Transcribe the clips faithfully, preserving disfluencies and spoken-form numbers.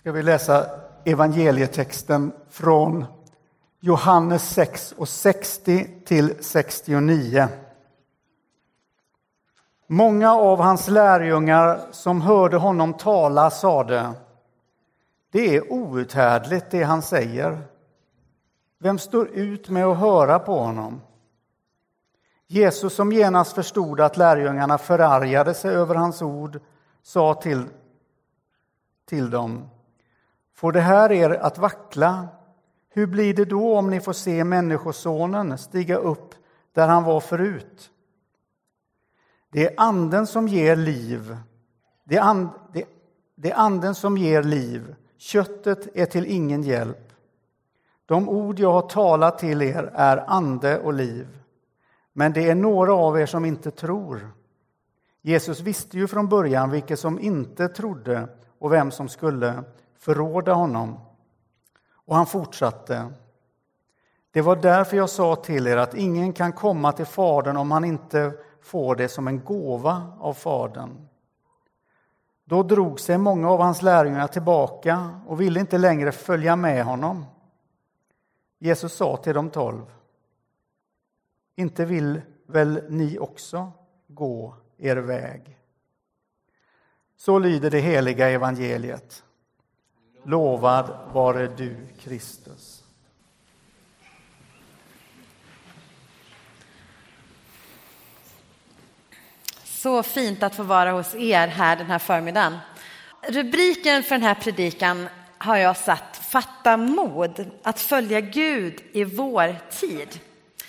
ska vi läsa evangelietexten från Johannes sex och sextio till sextionio. Många av hans lärjungar som hörde honom tala sade: det är outhärdligt det han säger. Vem står ut med att höra på honom? Jesus, som genast förstod att lärjungarna förargade sig över hans ord, sa till, till dem: får det här er att vackla? Hur blir det då om ni får se människosonen stiga upp där han var förut? Det är anden som ger liv. Det är, and, det, det är anden som ger liv. Köttet är till ingen hjälp. De ord jag har talat till er är ande och liv. Men det är några av er som inte tror. Jesus visste ju från början vilka som inte trodde och vem som skulle förråda honom. Och han fortsatte: det var därför jag sa till er att ingen kan komma till Fadern om han inte får det som en gåva av Fadern. Då drog sig många av hans lärjungar tillbaka och ville inte längre följa med honom. Jesus sa till de tolv: inte vill väl ni också gå er väg? Så lyder det heliga evangeliet. Lovad vare du, Kristus. Så fint att få vara hos er här den här förmiddagen. Rubriken för den här predikan har jag satt: fatta mod att följa Gud i vår tid.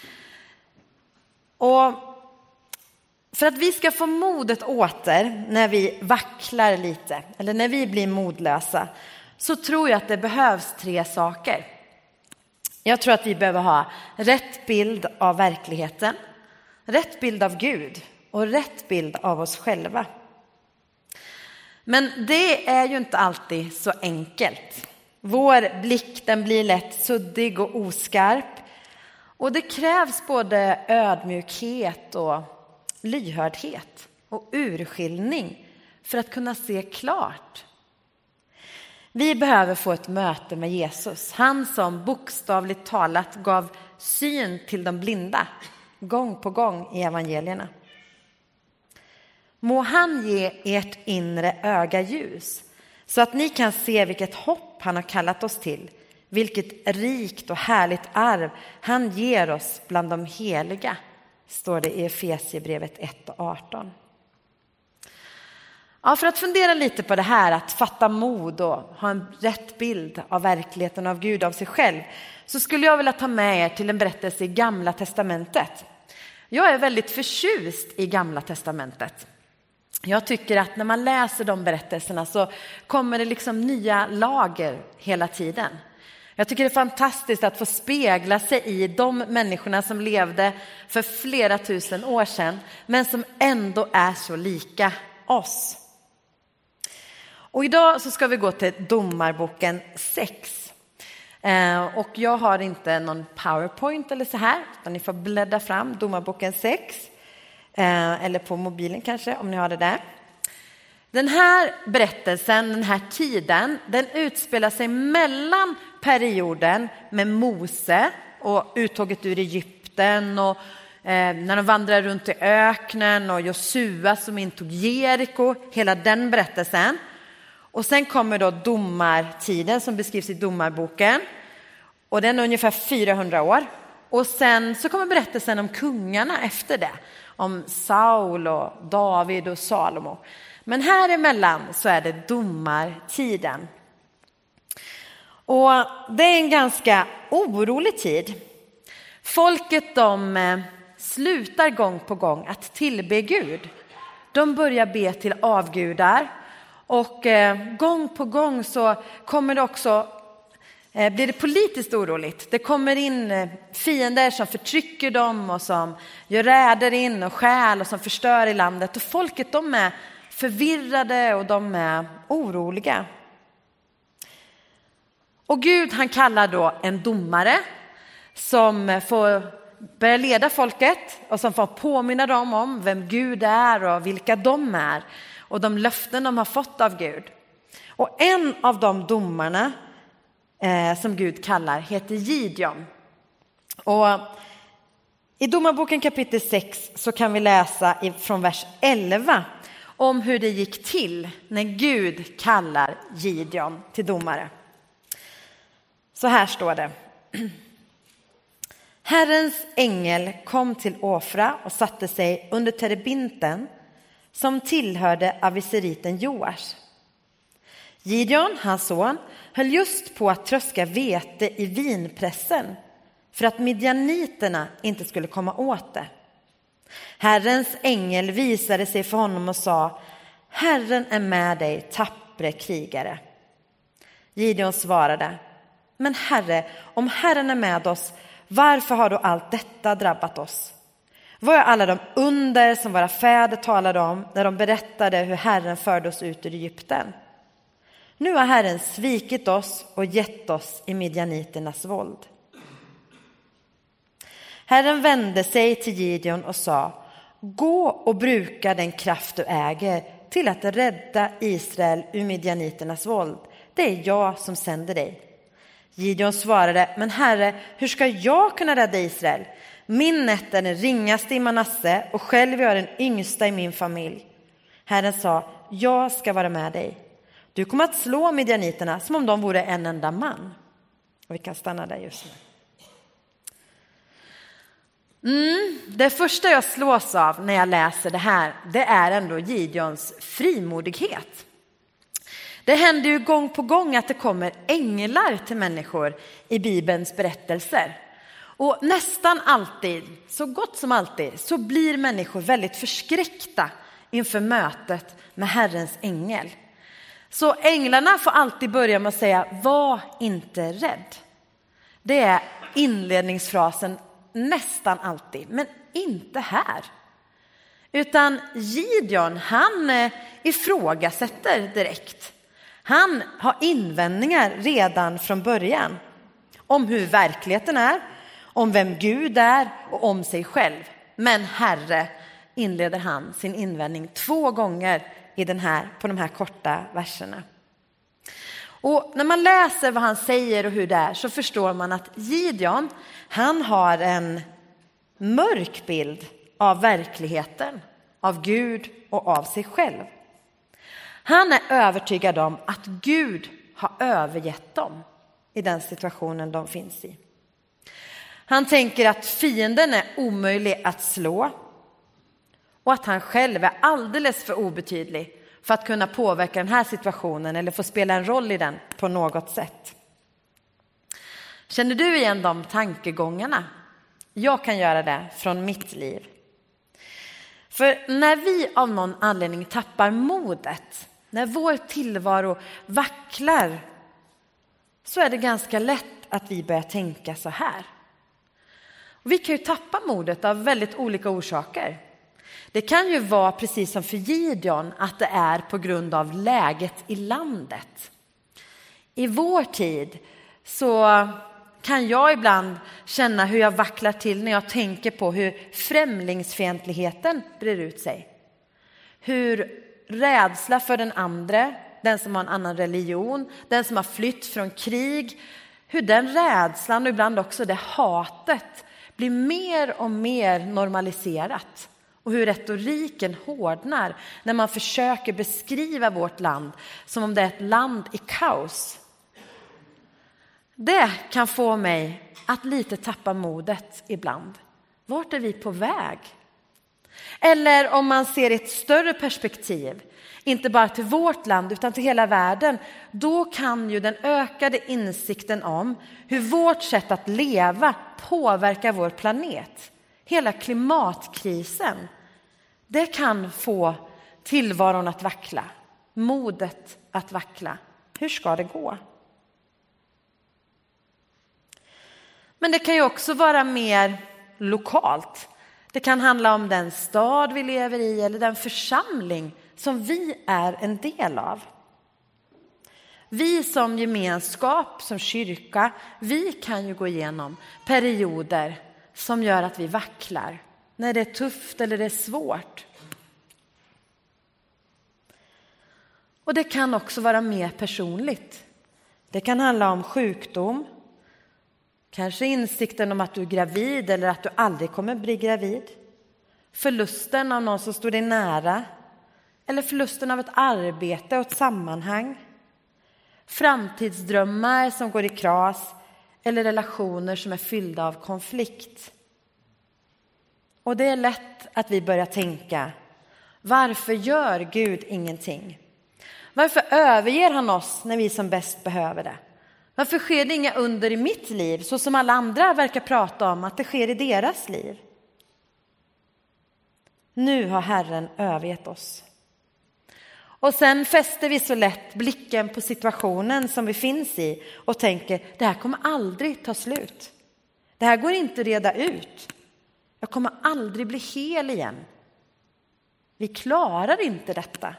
Och för att vi ska få modet åter när vi vacklar lite eller när vi blir modlösa, så tror jag att det behövs tre saker. Jag tror att vi behöver ha rätt bild av verkligheten, rätt bild av Gud och rätt bild av oss själva. Men det är ju inte alltid så enkelt. Vår blick, den blir lätt suddig och oskarp. Och det krävs både ödmjukhet och lyhördhet och urskiljning för att kunna se klart. Vi behöver få ett möte med Jesus. Han som bokstavligt talat gav syn till de blinda gång på gång i evangelierna. Må han ge ert inre öga ljus så att ni kan se vilket hopp han har kallat oss till. Vilket rikt och härligt arv han ger oss bland de heliga, står det i Efesiebrevet ett och arton. Ja, för att fundera lite på det här, att fatta mod och ha en rätt bild av verkligheten av Gud, av sig själv, så skulle jag vilja ta med er till en berättelse i Gamla testamentet. Jag är väldigt förtjust i Gamla testamentet. Jag tycker att när man läser de berättelserna så kommer det liksom nya lager hela tiden. Jag tycker det är fantastiskt att få spegla sig i de människorna som levde för flera tusen år sedan, men som ändå är så lika oss. Och idag så ska vi gå till Domarboken sex. Eh, och jag har inte någon PowerPoint eller så här, utan ni får bläddra fram Domarboken sex. Eh, eller på mobilen kanske, om ni har det där. Den här berättelsen, den här tiden, den utspelar sig mellan perioden med Mose och uttåget ur Egypten och eh, när de vandrar runt i öknen och Josua som intog Jeriko, hela den berättelsen. Och sen kommer då domartiden som beskrivs i Domarboken, och den är ungefär fyrahundra år. Och sen så kommer berättelsen om kungarna efter det, om Saul och David och Salomo. Men här emellan så är det domartiden. Och det är en ganska orolig tid. Folket de slutar gång på gång att tillbe Gud. De börjar be till avgudar. Och gång på gång så kommer det också, blir det politiskt oroligt. Det kommer in fiender som förtrycker dem och som gör räder in och stjäl och som förstör i landet. Och folket de är förvirrade och de är oroliga. Och Gud han kallar då en domare som får börja leda folket och som får påminna dem om vem Gud är och vilka de är och de löften de har fått av Gud. Och en av de domarna eh, som Gud kallar heter Gideon. Och i Domarboken kapitel sex så kan vi läsa från vers elva om hur det gick till när Gud kallar Gideon till domare. Så här står det. Herrens ängel kom till Ofra och satte sig under terebinten som tillhörde aviseriten Joas. Gideon, hans son, höll just på att tröska vete i vinpressen för att midjaniterna inte skulle komma åt det. Herrens ängel visade sig för honom och sa: Herren är med dig, tappre krigare. Gideon svarade: Men Herre, om Herren är med oss, varför har då allt detta drabbat oss? Vad är alla de under som våra fäder talade om när de berättade hur Herren förde oss ut ur Egypten? Nu har Herren svikit oss och gett oss i midjaniternas våld. Herren vände sig till Gideon och sa: Gå och bruka den kraft du äger till att rädda Israel ur midjaniternas våld. Det är jag som sänder dig. Gideon svarade: Men Herre, hur ska jag kunna rädda Israel? Min ett är den ringaste i Manasse och själv är jag den yngsta i min familj. Herren sa: Jag ska vara med dig. Du kommer att slå midjaniterna som om de vore en enda man. Och vi kan stanna där just nu. Mm, det första jag slås av när jag läser det här, det är ändå Gideons frimodighet. Det händer ju gång på gång att det kommer änglar till människor i Bibelns berättelser. Och nästan alltid, så gott som alltid, så blir människor väldigt förskräckta inför mötet med Herrens ängel. Så änglarna får alltid börja med att säga: var inte rädd. Det är inledningsfrasen nästan alltid, men inte här. Utan Gideon, han ifrågasätter direkt. Han har invändningar redan från början om hur verkligheten är, om vem Gud är och om sig själv. Men Herre, inleder han sin invändning två gånger i den här, på de här korta verserna. Och när man läser vad han säger och hur det är, så förstår man att Gideon, han har en mörk bild av verkligheten, av Gud och av sig själv. Han är övertygad om att Gud har övergett dem i den situationen de finns i. Han tänker att fienden är omöjlig att slå och att han själv är alldeles för obetydlig för att kunna påverka den här situationen eller få spela en roll i den på något sätt. Känner du igen de tankegångarna? Jag kan göra det från mitt liv. För när vi av någon anledning tappar modet, när vår tillvaro vacklar, så är det ganska lätt att vi börjar tänka så här. Och vi kan ju tappa modet av väldigt olika orsaker. Det kan ju vara precis som för Gideon att det är på grund av läget i landet. I vår tid så kan jag ibland känna hur jag vacklar till när jag tänker på hur främlingsfientligheten brer ut sig. Hur rädsla för den andra, den som har en annan religion, den som har flytt från krig, hur den rädslan och ibland också det hatet blir mer och mer normaliserat. Och hur retoriken hårdnar när man försöker beskriva vårt land som om det är ett land i kaos. Det kan få mig att lite tappa modet ibland. Vart är vi på väg? Eller om man ser ett större perspektiv, inte bara till vårt land utan till hela världen, då kan ju den ökade insikten om hur vårt sätt att leva påverkar vår planet. Hela klimatkrisen, det kan få tillvaron att vackla, modet att vackla. Hur ska det gå? Men det kan ju också vara mer lokalt. Det kan handla om den stad vi lever i eller den församling som vi är en del av. Vi som gemenskap, som kyrka, vi kan ju gå igenom perioder som gör att vi vacklar. När det är tufft eller det är svårt. Och det kan också vara mer personligt. Det kan handla om sjukdom, kanske insikten om att du är gravid eller att du aldrig kommer bli gravid. Förlusten av någon som står dig nära, eller förlusten av ett arbete och ett sammanhang. Framtidsdrömmar som går i kras, eller relationer som är fyllda av konflikt. Och det är lätt att vi börjar tänka, varför gör Gud ingenting? Varför överger han oss när vi som bäst behöver det? Varför sker det inga under i mitt liv, så som alla andra verkar prata om att det sker i deras liv? Nu har Herren övergett oss. Och sen fäster vi så lätt blicken på situationen som vi finns i och tänker, det här kommer aldrig ta slut. Det här går inte att reda ut. Jag kommer aldrig bli hel igen. Vi klarar inte detta.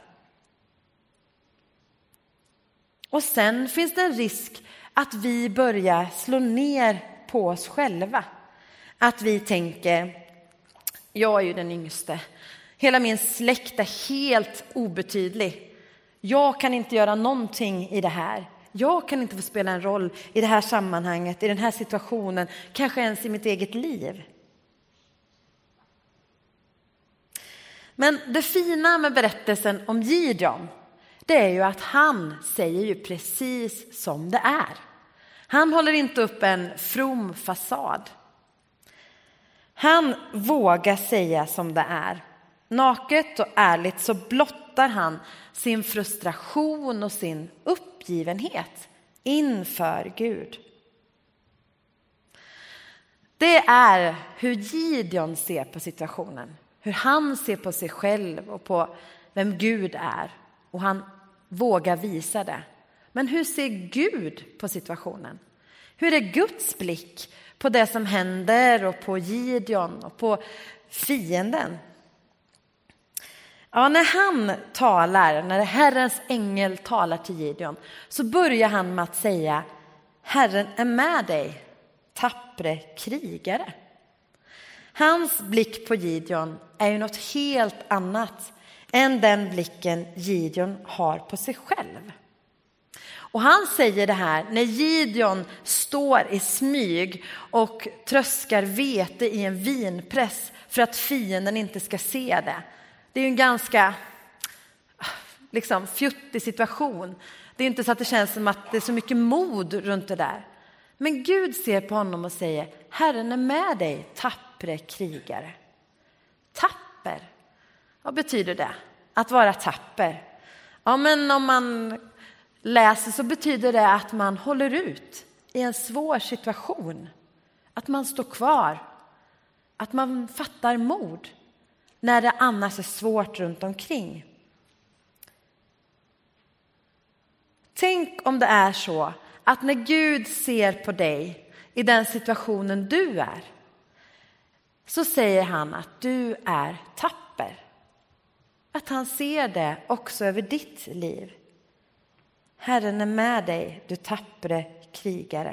Och sen finns det en risk att vi börjar slå ner på oss själva. Att vi tänker, jag är ju den yngste. Hela min släkt är helt obetydlig. Jag kan inte göra någonting i det här. Jag kan inte få spela en roll i det här sammanhanget, i den här situationen, kanske ens i mitt eget liv. Men det fina med berättelsen om Gideon, det är ju att han säger ju precis som det är. Han håller inte upp en from fasad. Han vågar säga som det är. Naket och ärligt så blottar han sin frustration och sin uppgivenhet inför Gud. Det är hur Gideon ser på situationen. Hur han ser på sig själv och på vem Gud är. Och han vågar visa det. Men hur ser Gud på situationen? Hur är Guds blick på det som händer och på Gideon och på fienden? Ja, när han talar, när Herrens ängel talar till Gideon, så börjar han med att säga, Herren är med dig, tappre krigare. Hans blick på Gideon är ju något helt annat än den blicken Gideon har på sig själv. Och han säger det här när Gideon står i smyg och tröskar vete i en vinpress för att fienden inte ska se det. Det är ju en ganska liksom, fjuttig situation. Det är inte så att det känns som att det är så mycket mod runt det där. Men Gud ser på honom och säger, Herren är med dig, tappre krigare. Tapper, vad betyder det? Att vara tapper. Ja, men om man läser så betyder det att man håller ut i en svår situation. Att man står kvar. Att man fattar mod när det annars är svårt runt omkring. Tänk om det är så att när Gud ser på dig i den situationen du är, så säger han att du är tapper. Att han ser det också över ditt liv. Herren är med dig, du tappre krigare.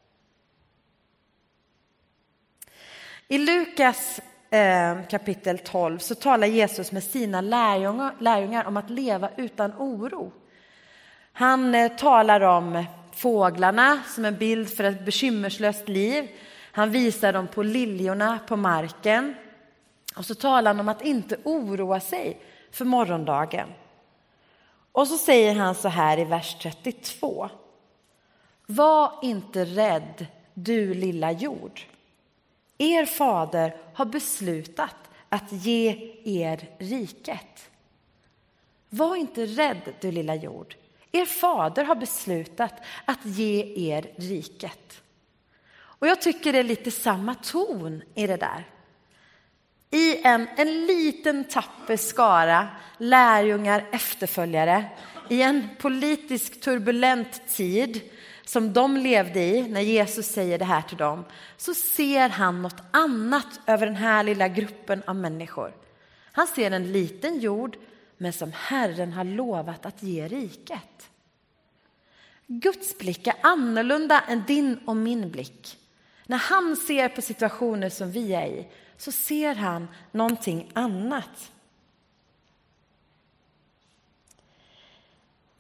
I Lukas eh, kapitel tolv så talar Jesus med sina lärjungar, lärjungar om att leva utan oro. Han eh, talar om fåglarna som en bild för ett bekymmerslöst liv. Han visar dem på liljorna på marken. Och så talar han om att inte oroa sig för morgondagen. Och så säger han så här i vers trettiotvå. Var inte rädd, du lilla jord. Er fader har beslutat att ge er riket. Var inte rädd, du lilla jord. Er fader har beslutat att ge er riket. Och jag tycker det är lite samma ton i det där. I en, en liten tapper skara, lärjungar, efterföljare, i en politisk turbulent tid som de levde i när Jesus säger det här till dem, så ser han något annat över den här lilla gruppen av människor. Han ser en liten jord, men som Herren har lovat att ge riket. Guds blick är annorlunda än din och min blick. När han ser på situationer som vi är i, så ser han någonting annat.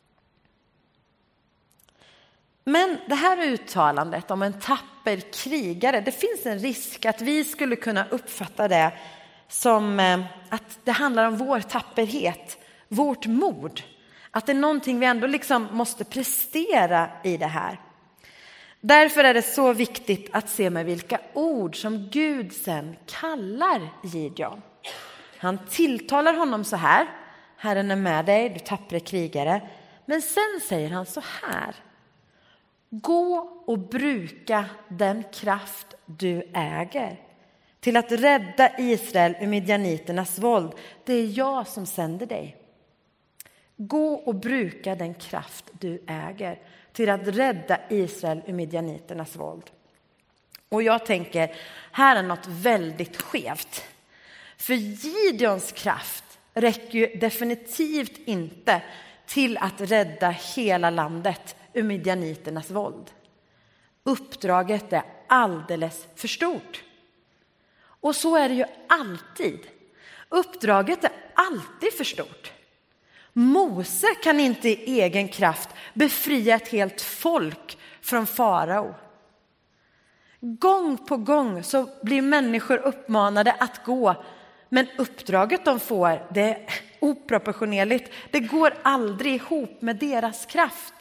Men det här uttalandet om en tapper krigare, det finns en risk att vi skulle kunna uppfatta det som att det handlar om vår tapperhet, vårt mod. Att det är någonting vi ändå liksom måste prestera i det här. Därför är det så viktigt att se med vilka ord som Gud sen kallar Gideon. Han tilltalar honom så här: Herren är med dig, du tappre krigare. Men sen säger han så här: gå och bruka den kraft du äger till att rädda Israel ur midjaniternas våld. Det är jag som sänder dig. Gå och bruka den kraft du äger till att rädda Israel ur midjaniternas våld. Och jag tänker, här är något väldigt skevt. För Gideons kraft räcker ju definitivt inte till att rädda hela landet ur midjaniternas våld. Uppdraget är alldeles för stort. Och så är det ju alltid. Uppdraget är alltid för stort. Mose kan inte i egen kraft befria ett helt folk från farao. Gång på gång så blir människor uppmanade att gå, men uppdraget de får, det är oproportionerligt. Det går aldrig ihop med deras kraft.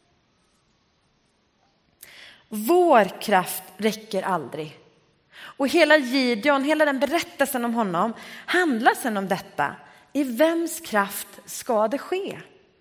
Vår kraft räcker aldrig. Och hela Gideon, hela den berättelsen om honom handlar sedan om detta. I vems kraft ska det ske?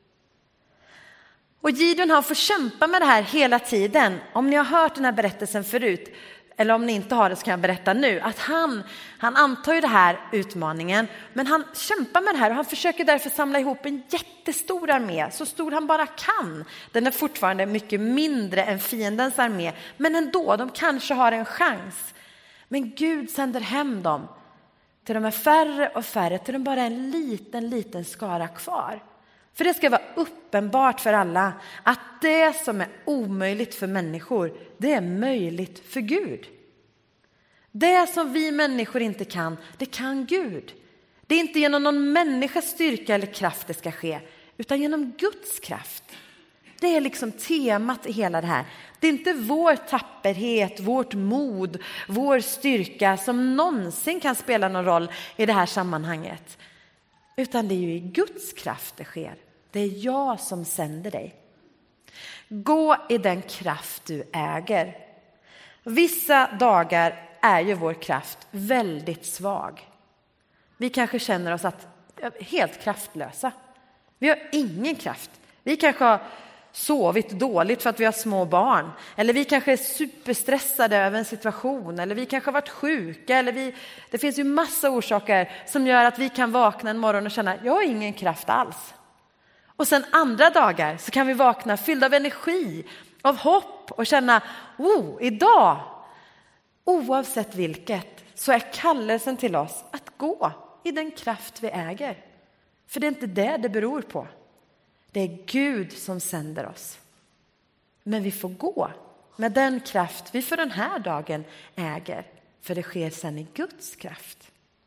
Och Gideon har fått kämpa med det här hela tiden. Om ni har hört den här berättelsen förut, eller om ni inte har det så kan jag berätta nu. Att han, han antar ju det här utmaningen, men han kämpar med det här och han försöker därför samla ihop en jättestor armé. Så stor han bara kan. Den är fortfarande mycket mindre än fiendens armé, men ändå, de kanske har en chans. Men Gud sänder hem dem till de är färre och färre, till de bara är en liten, liten skara kvar. För det ska vara uppenbart för alla att det som är omöjligt för människor, det är möjligt för Gud. Det som vi människor inte kan, det kan Gud. Det är inte genom någon människas styrka eller kraft det ska ske, utan genom Guds kraft. Det är liksom temat i hela det här. Det är inte vår tapperhet, vårt mod, vår styrka som någonsin kan spela någon roll i det här sammanhanget. Utan det är ju i Guds kraft det sker. Det är jag som sänder dig. Gå i den kraft du äger. Vissa dagar är ju vår kraft väldigt svag. Vi kanske känner oss att, helt kraftlösa. Vi har ingen kraft. Vi kanske har sovit dåligt för att vi har små barn. Eller vi kanske är superstressade över en situation. Eller vi kanske har varit sjuka. Eller vi, det finns ju massa orsaker som gör att vi kan vakna en morgon och känna jag har ingen kraft alls. Och sen andra dagar så kan vi vakna fyllda av energi, av hopp och känna oh, idag, oavsett vilket, så är kallelsen till oss att gå i den kraft vi äger. För det är inte det det beror på. Det är Gud som sänder oss. Men vi får gå med den kraft vi för den här dagen äger. För det sker sedan i Guds kraft.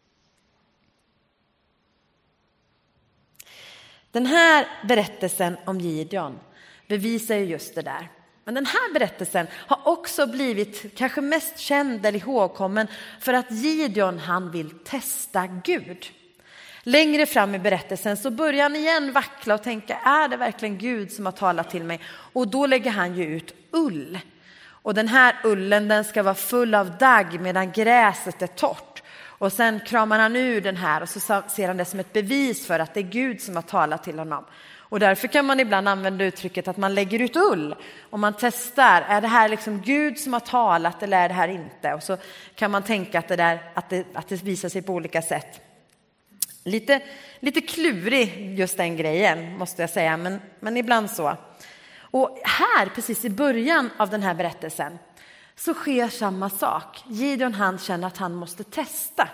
Den här berättelsen om Gideon bevisar ju just det där. Men den här berättelsen har också blivit kanske mest känd eller ihågkommen för att Gideon, han vill testa Gud. Längre fram i berättelsen så börjar han igen vackla och tänka, är det verkligen Gud som har talat till mig? Och då lägger han ju ut ull. Och den här ullen, den ska vara full av dagg medan gräset är torrt. Och sen kramar han ur den här och så ser han det som ett bevis för att det är Gud som har talat till honom. Och därför kan man ibland använda uttrycket att man lägger ut ull. Och man testar, är det här liksom Gud som har talat eller är det här inte? Och så kan man tänka att det, där, att det, att det visar sig på olika sätt. Lite, lite klurig just den grejen måste jag säga, men, men ibland så. Och här, precis i början av den här berättelsen, så sker samma sak. Gideon, han känner att han måste testa.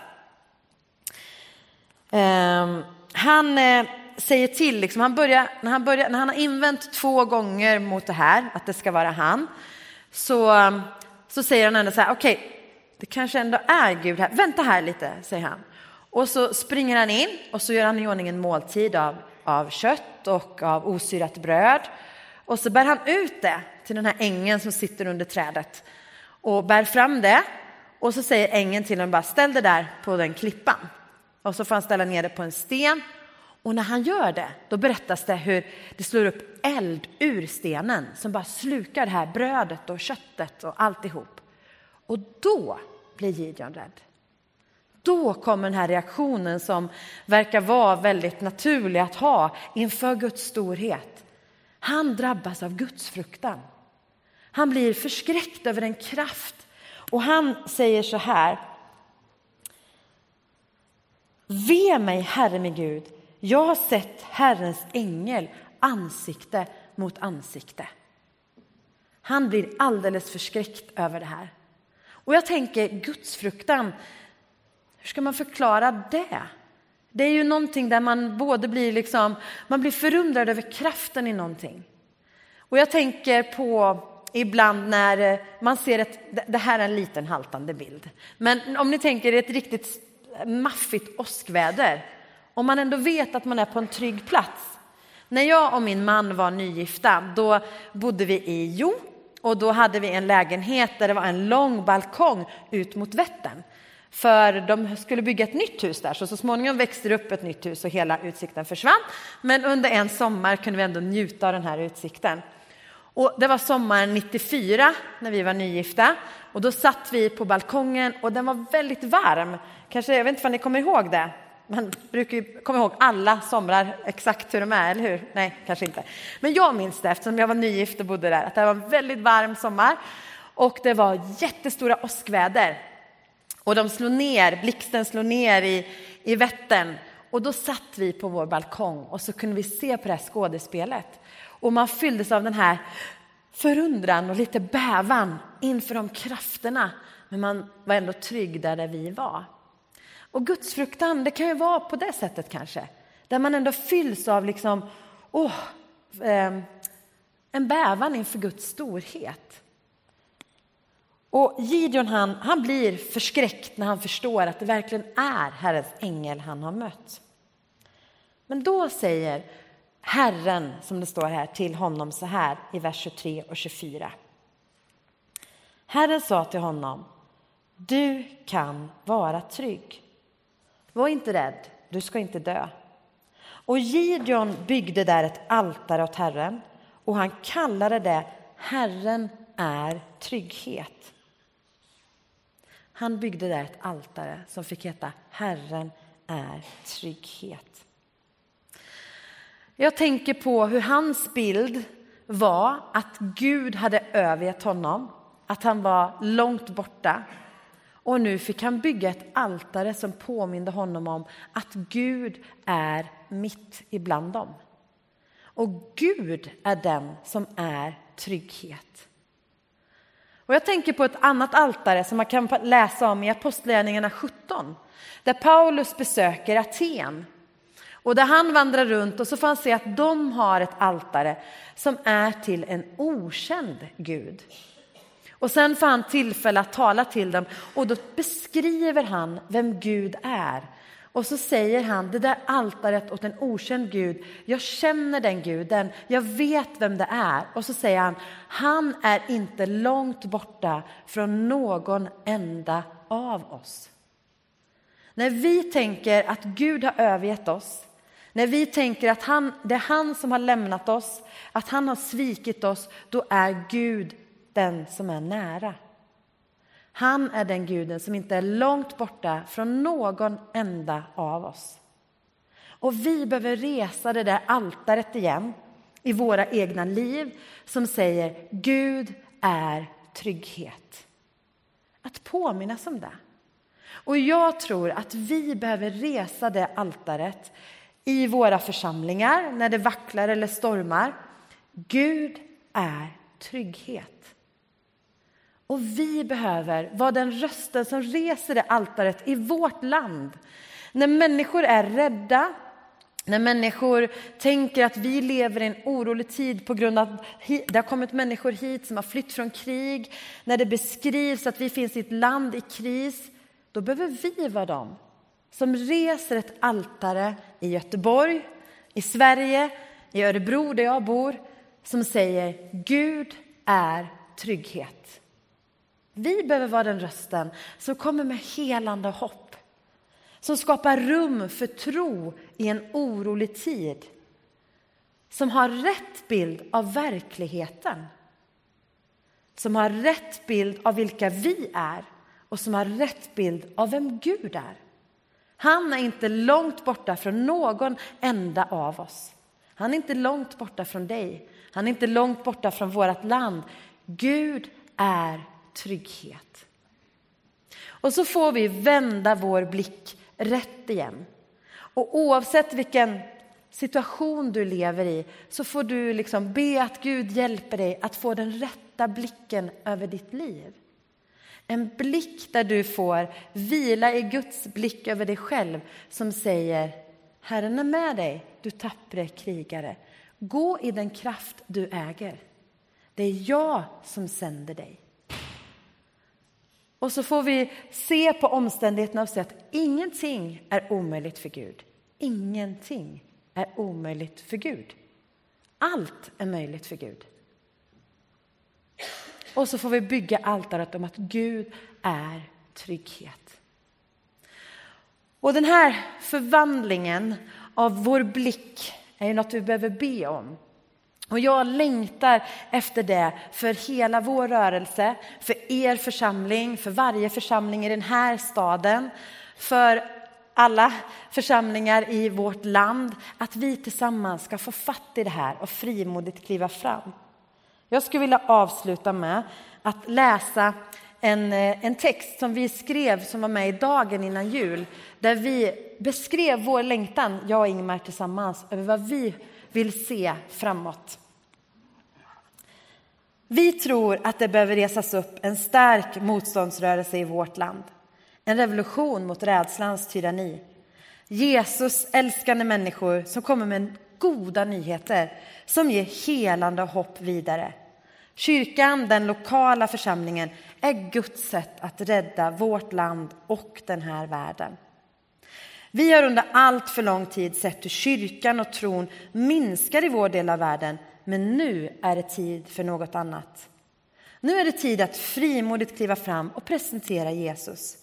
Um, han eh, säger till, liksom, han börjar, när, han börjar, när han har invänt två gånger mot det här, att det ska vara han, så, så säger han ändå så här, okej, okay, det kanske ändå är Gud här. Vänta här lite, säger han. Och så springer han in och så gör han i ordning en måltid av, av kött och av osyrat bröd. Och så bär han ut det till den här ängeln som sitter under trädet och bär fram det. Och så säger ängeln till honom bara, ställ det där på den klippan. Och så får han ställa ner det på en sten. Och när han gör det, då berättas det hur det slår upp eld ur stenen som bara slukar det här brödet och köttet och alltihop. Och då blir Gideon rädd. Då kommer den här reaktionen som verkar vara väldigt naturlig att ha inför Guds storhet. Han drabbas av Guds fruktan. Han blir förskräckt över en kraft. Och han säger så här. Ve mig, Herre min Gud. Jag har sett Herrens ängel ansikte mot ansikte. Han blir alldeles förskräckt över det här. Och jag tänker, Guds fruktan, hur ska man förklara det? Det är ju någonting där man både blir liksom, man blir förundrad över kraften i någonting. Och jag tänker på ibland när man ser ett, det här är en liten haltande bild. Men om ni tänker ett riktigt maffigt åskväder. Om man ändå vet att man är på en trygg plats. När jag och min man var nygifta, då bodde vi i Jo. Och då hade vi en lägenhet där det var en lång balkong ut mot Vättern. För de skulle bygga ett nytt hus där. Så så småningom växte det upp ett nytt hus och hela utsikten försvann. Men under en sommar kunde vi ändå njuta av den här utsikten. Och det var sommaren nittiofyra när vi var nygifta. Och då satt vi på balkongen och den var väldigt varm. Kanske, jag vet inte om ni kommer ihåg det. Man brukar ju komma ihåg alla somrar exakt hur de är, eller hur? Nej, kanske inte. Men jag minns det eftersom jag var nygift och bodde där. Att det var en väldigt varm sommar. Och det var jättestora åskväder. Och de slog ner, blixten slog ner i, i Vättern. Och då satt vi på vår balkong och så kunde vi se på det här skådespelet. Och man fylldes av den här förundran och lite bävan inför de krafterna. Men man var ändå trygg där, där vi var. Och Guds fruktan, det kan ju vara på det sättet kanske. Där man ändå fylls av liksom, oh, eh, en bävan inför Guds storhet. Och Gideon han, han blir förskräckt när han förstår att det verkligen är Herrens ängel han har mött. Men då säger Herren, som det står här, till honom så här i vers tjugotre och tjugofyra. Herren sa till honom, du kan vara trygg. Var inte rädd, du ska inte dö. Och Gideon byggde där ett altare åt Herren och han kallade det Herren är trygghet. Han byggde där ett altare som fick heta Herren är trygghet. Jag tänker på hur hans bild var att Gud hade övergett honom. Att han var långt borta. Och nu fick han bygga ett altare som påminde honom om att Gud är mitt ibland dem. Och Gud är den som är trygghet. Och jag tänker på ett annat altare som man kan läsa om i Apostlagärningarna sjutton. Där Paulus besöker Aten. Och där han vandrar runt och så får han se att de har ett altare som är till en okänd Gud. Och sen får han tillfälle att tala till dem och då beskriver han vem Gud är. Och så säger han, det där altaret åt en okänd Gud, jag känner den Guden, jag vet vem det är. Och så säger han, han är inte långt borta från någon enda av oss. När vi tänker att Gud har övergett oss, när vi tänker att han, det är han som har lämnat oss, att han har svikit oss, då är Gud den som är nära. Han är den Guden som inte är långt borta från någon enda av oss. Och vi behöver resa det där altaret igen i våra egna liv som säger Gud är trygghet. Att påminnas om det. Och jag tror att vi behöver resa det altaret i våra församlingar när det vacklar eller stormar. Gud är trygghet. Och vi behöver vara den rösten som reser det altaret i vårt land. När människor är rädda, när människor tänker att vi lever i en orolig tid på grund av att det har kommit människor hit som har flytt från krig. När det beskrivs att vi finns i ett land i kris, då behöver vi vara dem som reser ett altare i Göteborg, i Sverige, i Örebro där jag bor, som säger Gud är trygghet. Vi behöver vara den rösten som kommer med helande hopp. Som skapar rum för tro i en orolig tid. Som har rätt bild av verkligheten. Som har rätt bild av vilka vi är. Och som har rätt bild av vem Gud är. Han är inte långt borta från någon enda av oss. Han är inte långt borta från dig. Han är inte långt borta från vårt land. Gud är trygghet. Och så får vi vända vår blick rätt igen. Och oavsett vilken situation du lever i så får du liksom be att Gud hjälper dig att få den rätta blicken över ditt liv. En blick där du får vila i Guds blick över dig själv som säger: Herren är med dig, du tappre krigare. Gå i den kraft du äger. Det är jag som sänder dig. Och så får vi se på omständigheterna och säga att ingenting är omöjligt för Gud. Ingenting är omöjligt för Gud. Allt är möjligt för Gud. Och så får vi bygga altaret om att Gud är trygghet. Och den här förvandlingen av vår blick är ju något vi behöver be om. Och jag längtar efter det för hela vår rörelse, för er församling, för varje församling i den här staden, för alla församlingar i vårt land, att vi tillsammans ska få fatt i det här och frimodigt kliva fram. Jag skulle vilja avsluta med att läsa en, en text som vi skrev som var med i dagen innan jul. Där vi beskrev vår längtan, jag och Ingmar tillsammans, över vad vi vill se framåt. Vi tror att det behöver resas upp en stark motståndsrörelse i vårt land. En revolution mot rädslans tyranni. Jesus älskande människor som kommer med goda nyheter som ger helande och hopp vidare. Kyrkan, den lokala församlingen, är Guds sätt att rädda vårt land och den här världen. Vi har under allt för lång tid sett hur kyrkan och tron minskar i vår del av världen, men nu är det tid för något annat. Nu är det tid att frimodigt kliva fram och presentera Jesus.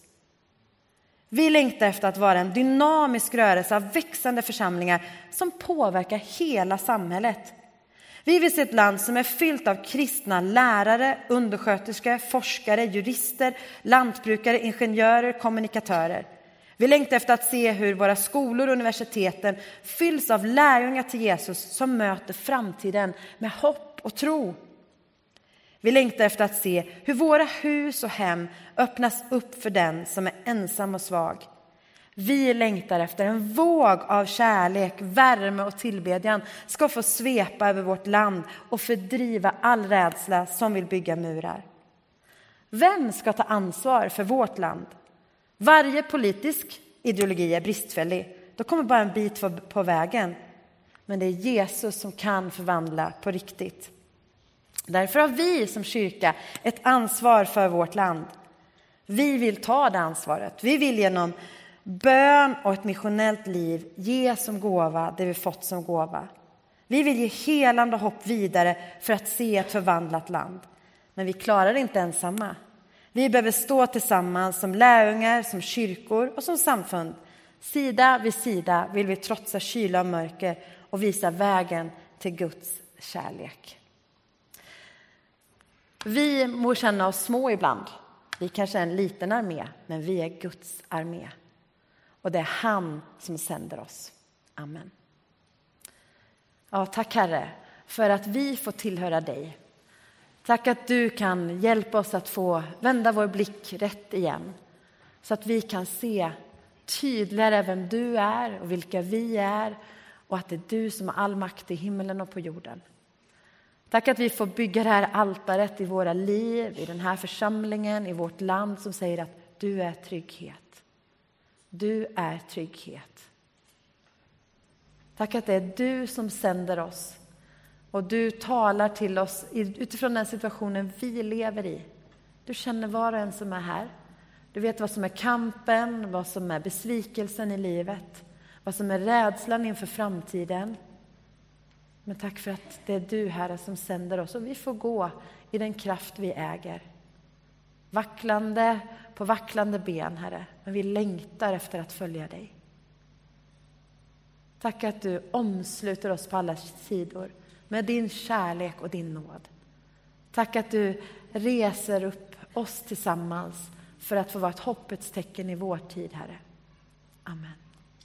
Vi längtar efter att vara en dynamisk rörelse av växande församlingar som påverkar hela samhället. Vi vill se ett land som är fyllt av kristna lärare, undersköterskor, forskare, jurister, lantbrukare, ingenjörer, kommunikatörer. Vi längtar efter att se hur våra skolor och universiteten fylls av lärjungar till Jesus som möter framtiden med hopp och tro. Vi längtar efter att se hur våra hus och hem öppnas upp för den som är ensam och svag. Vi längtar efter en våg av kärlek, värme och tillbedjan ska få svepa över vårt land och fördriva all rädsla som vill bygga murar. Vem ska ta ansvar för vårt land? Varje politisk ideologi är bristfällig. Då kommer bara en bit på vägen. Men det är Jesus som kan förvandla på riktigt. Därför har vi som kyrka ett ansvar för vårt land. Vi vill ta det ansvaret. Vi vill genom bön och ett missionellt liv ge som gåva det vi fått som gåva. Vi vill ge helande hopp vidare för att se ett förvandlat land. Men vi klarar det inte ensamma. Vi behöver stå tillsammans som lärjungar, som kyrkor och som samfund. Sida vid sida vill vi trotsa kyla och mörker och visa vägen till Guds kärlek. Vi må känna oss små ibland. Vi kanske är en liten armé, men vi är Guds armé. Och det är han som sänder oss. Amen. Ja, tack Herre för att vi får tillhöra dig. Tack att du kan hjälpa oss att få vända vår blick rätt igen. Så att vi kan se tydligare vem du är och vilka vi är. Och att det är du som har all makt i himlen och på jorden. Tack att vi får bygga det här altaret i våra liv, i den här församlingen, i vårt land som säger att du är trygghet. Du är trygghet. Tack att det är du som sänder oss. Och du talar till oss utifrån den situationen vi lever i. Du känner var och en som är här. Du vet vad som är kampen, vad som är besvikelsen i livet. Vad som är rädslan inför framtiden. Men tack för att det är du, Herre, som sänder oss och vi får gå i den kraft vi äger. Vacklande på vacklande ben, Herre, men vi längtar efter att följa dig. Tack att du omsluter oss på alla sidor med din kärlek och din nåd. Tack att du reser upp oss tillsammans för att få vara ett hoppets tecken i vår tid, Herre. Amen.